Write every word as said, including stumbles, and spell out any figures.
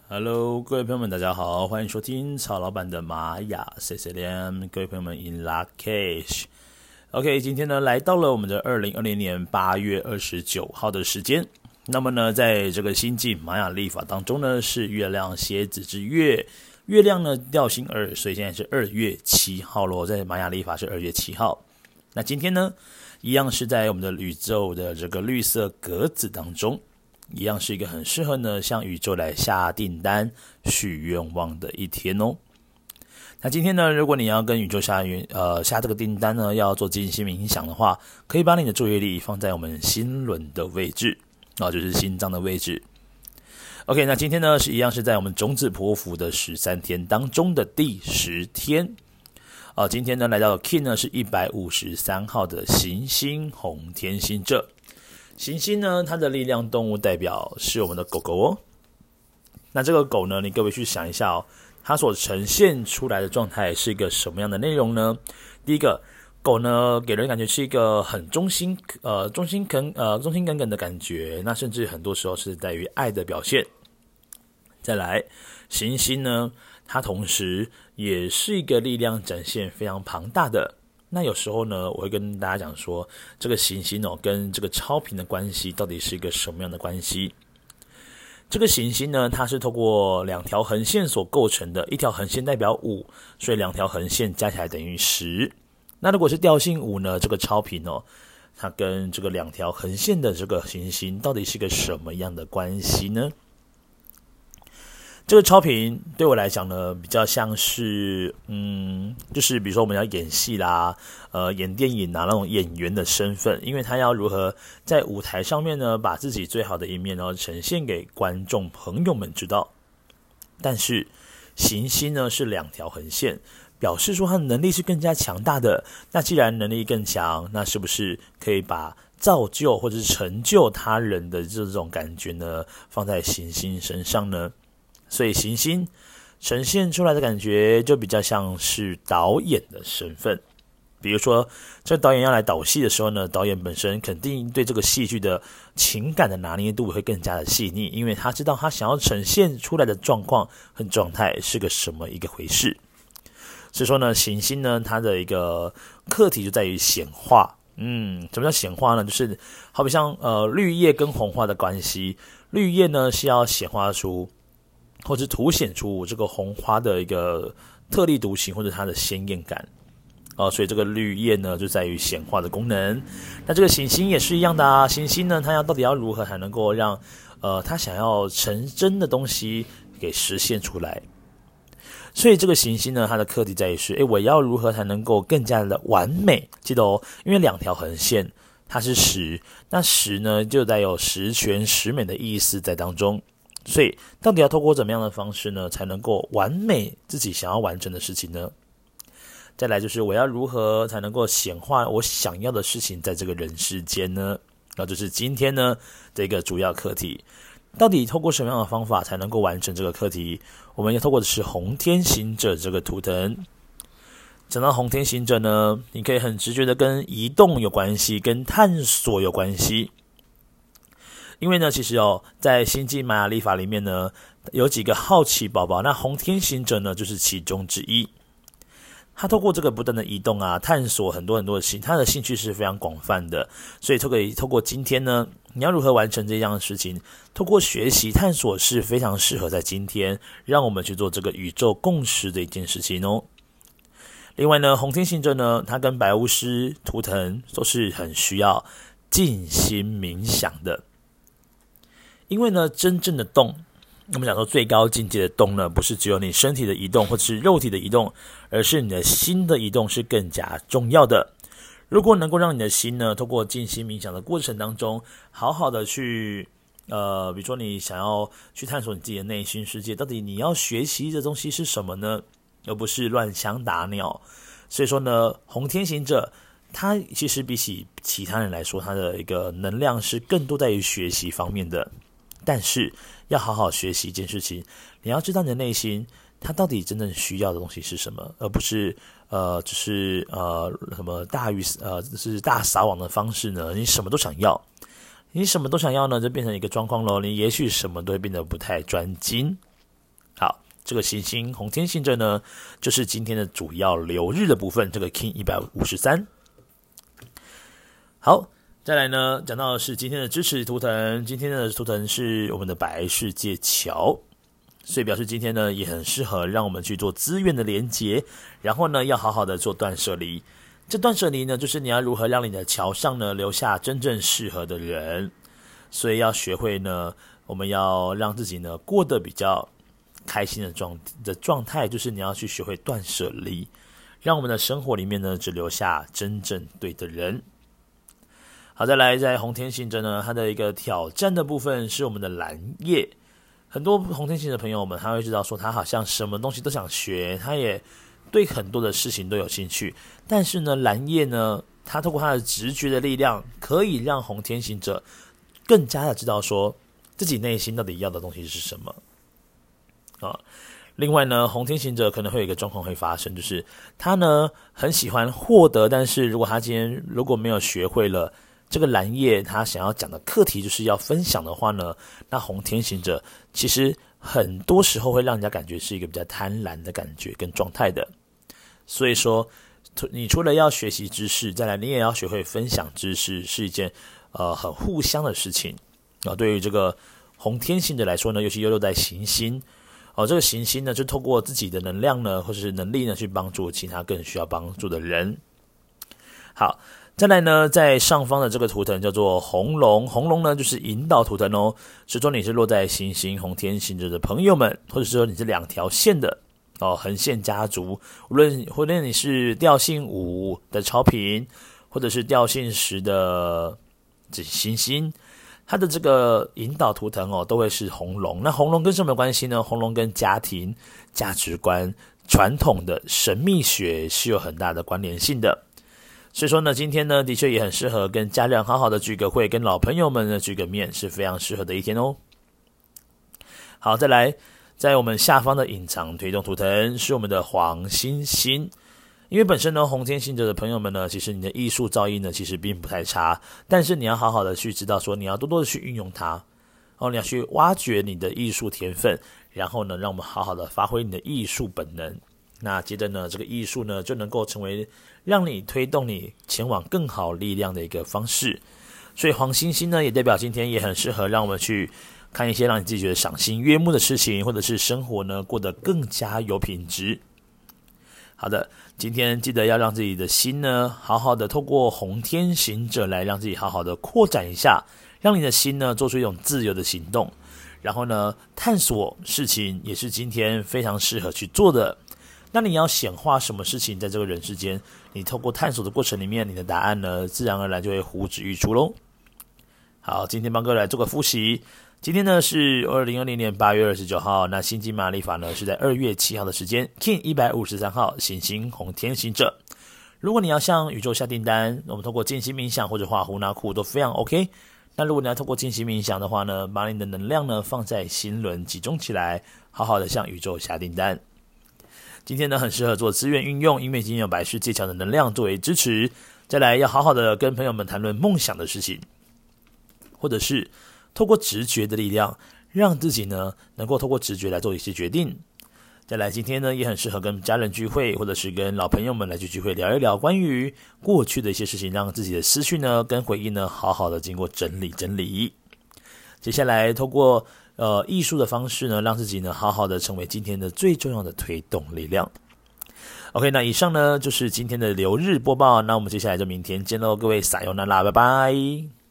Hello，各位朋友们，大家好，欢迎收听曹老板的玛雅 C C M， 各位朋友们 in Lak'ech。OK， 今天呢来到了我们的二零二零年八月二十九号的时间。那么呢，在这个星际玛雅历法当中呢，是月亮蝎子之月，月亮呢调性二，所以现在是二月七号咯，在玛雅历法是二月七号。那今天呢，一样是在我们的宇宙的这个绿色格子当中。一样是一个很适合呢向宇宙来下订单许愿望的一天哦。那今天呢，如果你要跟宇宙下呃下这个订单呢，要做静心冥想的话，可以把你的注意力放在我们心轮的位置啊、哦，就是心脏的位置。OK， 那今天呢是一样是在我们种子波符的十三天当中的第十天啊、哦。今天呢来到的 Key 呢是一百五十三号的行星红天行者。行星呢，它的力量动物代表是我们的狗狗哦。那这个狗呢，你各位去想一下哦，它所呈现出来的状态是一个什么样的内容呢？第一个，狗呢给人感觉是一个很忠心、呃忠心耿呃忠心耿耿的感觉，那甚至很多时候是在于爱的表现。再来，行星呢，它同时也是一个力量展现非常庞大的。那有时候呢，我会跟大家讲说，这个行星哦，跟这个超频的关系到底是一个什么样的关系？这个行星呢，它是透过两条横线所构成的，一条横线代表五，所以两条横线加起来等于十。那如果是调性五呢，这个超频哦，它跟这个两条横线的这个行星到底是个什么样的关系呢？这个超频对我来讲呢，比较像是，嗯，就是比如说我们要演戏啦，呃，演电影啊那种演员的身份，因为他要如何在舞台上面呢，把自己最好的一面，然后呈现给观众朋友们知道。但是行星呢是两条横线，表示说他的能力是更加强大的。那既然能力更强，那是不是可以把造就或者是成就他人的这种感觉呢，放在行星身上呢？所以行星呈现出来的感觉就比较像是导演的身份。比如说这导演要来导戏的时候呢，导演本身肯定对这个戏剧的情感的拿捏度会更加的细腻，因为他知道他想要呈现出来的状况和状态是个什么一个回事。所以说呢，行星呢它的一个课题就在于显化。嗯，什么叫显化呢？就是好比像呃绿叶跟红花的关系，绿叶呢是要显化出或者凸显出这个红花的一个特立独行或者它的鲜艳感哦，所以这个绿叶呢就在于显化的功能。那这个行星也是一样的啊，行星呢它要到底要如何才能够让呃它想要成真的东西给实现出来？所以这个行星呢，它的课题在于是，诶，我要如何才能够更加的完美？记得哦，因为两条横线它是十，那十呢就带有十全十美的意思在当中。所以到底要透过怎么样的方式呢，才能够完美自己想要完成的事情呢？再来就是我要如何才能够显化我想要的事情在这个人世间呢？那就是今天呢这个主要课题，到底透过什么样的方法才能够完成这个课题？我们要透过的是红天行者这个图腾。讲到红天行者呢，你可以很直觉的跟移动有关系，跟探索有关系。因为呢，其实哦，在星际玛雅历法里面呢，有几个好奇宝宝，那红天行者呢就是其中之一。他透过这个不断的移动啊，探索很多很多的兴，他的兴趣是非常广泛的。所以透过透过今天呢，你要如何完成这样的事情？透过学习探索是非常适合在今天让我们去做这个宇宙共识的一件事情哦。另外呢，红天行者呢，他跟白巫师图腾都是很需要静心冥想的。因为呢，真正的动，我们讲说最高境界的动呢，不是只有你身体的移动或者是肉体的移动，而是你的心的移动是更加重要的。如果能够让你的心呢，透过静心冥想的过程当中，好好的去，呃，比如说你想要去探索你自己的内心世界，到底你要学习的东西是什么呢？而不是乱枪打鸟。所以说呢，红天行者他其实比起其他人来说，他的一个能量是更多在于学习方面的。但是要好好学习一件事情，你要知道你的内心它到底真正需要的东西是什么，而不是呃只是呃什么大鱼呃是大撒网的方式呢？你什么都想要，你什么都想要呢，就变成一个状况咯。你也许什么都会变得不太专精。 好，这个行星红天行者呢，就是今天的主要流日的部分，这个 King 一百五十三。好，再来呢，讲到的是今天的支持图腾，今天的图腾是我们的白世界桥，所以表示今天呢也很适合让我们去做资源的连结，然后呢要好好的做断舍离。这断舍离呢，就是你要如何让你的桥上呢留下真正适合的人，所以要学会呢，我们要让自己呢过得比较开心的状的状态，就是你要去学会断舍离，让我们的生活里面呢只留下真正对的人。好，再来在红天行者呢，它的一个挑战的部分是我们的蓝夜。很多红天行者朋友们，他会知道说他好像什么东西都想学，他也对很多的事情都有兴趣，但是呢，蓝夜呢，他透过他的直觉的力量，可以让红天行者更加的知道说自己内心到底要的东西是什么啊。另外呢，红天行者可能会有一个状况会发生，就是他呢很喜欢获得，但是如果他今天如果没有学会了这个蓝夜他想要讲的课题就是要分享的话呢，那红天行者其实很多时候会让人家感觉是一个比较贪婪的感觉跟状态的。所以说你除了要学习知识，再来你也要学会分享知识，是一件呃很互相的事情啊。对于这个红天行者来说呢，尤其又落在行星哦，这个行星呢就透过自己的能量呢或者是能力呢去帮助其他更需要帮助的人。好，再来呢，在上方的这个图腾叫做红龙，红龙呢就是引导图腾哦。所以说你是落在行星红天行者的朋友们，或者说你是两条线的哦，横线家族，无论无论你是调性五的超频，或者是调性十的行星，它的这个引导图腾哦，都会是红龙。那红龙跟什么有关系呢？红龙跟家庭、价值观、传统的神秘学是有很大的关联性的。所以说呢，今天呢，的确也很适合跟家人好好的聚个会，跟老朋友们呢聚个面，是非常适合的一天哦。好，再来，在我们下方的隐藏推动图腾是我们的黄星星。因为本身呢，红天行者的朋友们呢，其实你的艺术造诣呢，其实并不太差，但是你要好好的去知道说，你要多多的去运用它，哦，你要去挖掘你的艺术天分，然后呢，让我们好好的发挥你的艺术本能。那接着呢，这个艺术呢就能够成为让你推动你前往更好力量的一个方式。所以黄星星呢也代表今天也很适合让我们去看一些让你自己觉得赏心悦目的事情，或者是生活呢过得更加有品质。好的，今天记得要让自己的心呢好好的透过红天行者来让自己好好的扩展一下，让你的心呢做出一种自由的行动，然后呢探索事情也是今天非常适合去做的。那你要显化什么事情在这个人世间，你透过探索的过程里面，你的答案呢自然而然就会呼之欲出咯。好，今天帮各位来做个复习。今天呢是二零二零年八月二十九号，那星际玛丽法呢是在二月七号的时间 King 一百五十三号行星红天行者。如果你要向宇宙下订单，我们透过静心冥想或者画胡纳库都非常 OK。那如果你要透过静心冥想的话呢，把你的能量呢放在心轮集中起来，好好的向宇宙下订单。今天呢很适合做资源运用，因为今天有白世界桥的能量作为支持。再来要好好的跟朋友们谈论梦想的事情，或者是透过直觉的力量，让自己呢能够透过直觉来做一些决定。再来今天呢也很适合跟家人聚会，或者是跟老朋友们来去聚会，聊一聊关于过去的一些事情，让自己的思绪呢跟回忆呢好好的经过整理整理。接下来透过呃，艺术的方式呢，让自己呢好好的成为今天的最重要的推动力量。OK， 那以上呢就是今天的流日播报，那我们接下来就明天见喽，各位撒由那拉，拜拜。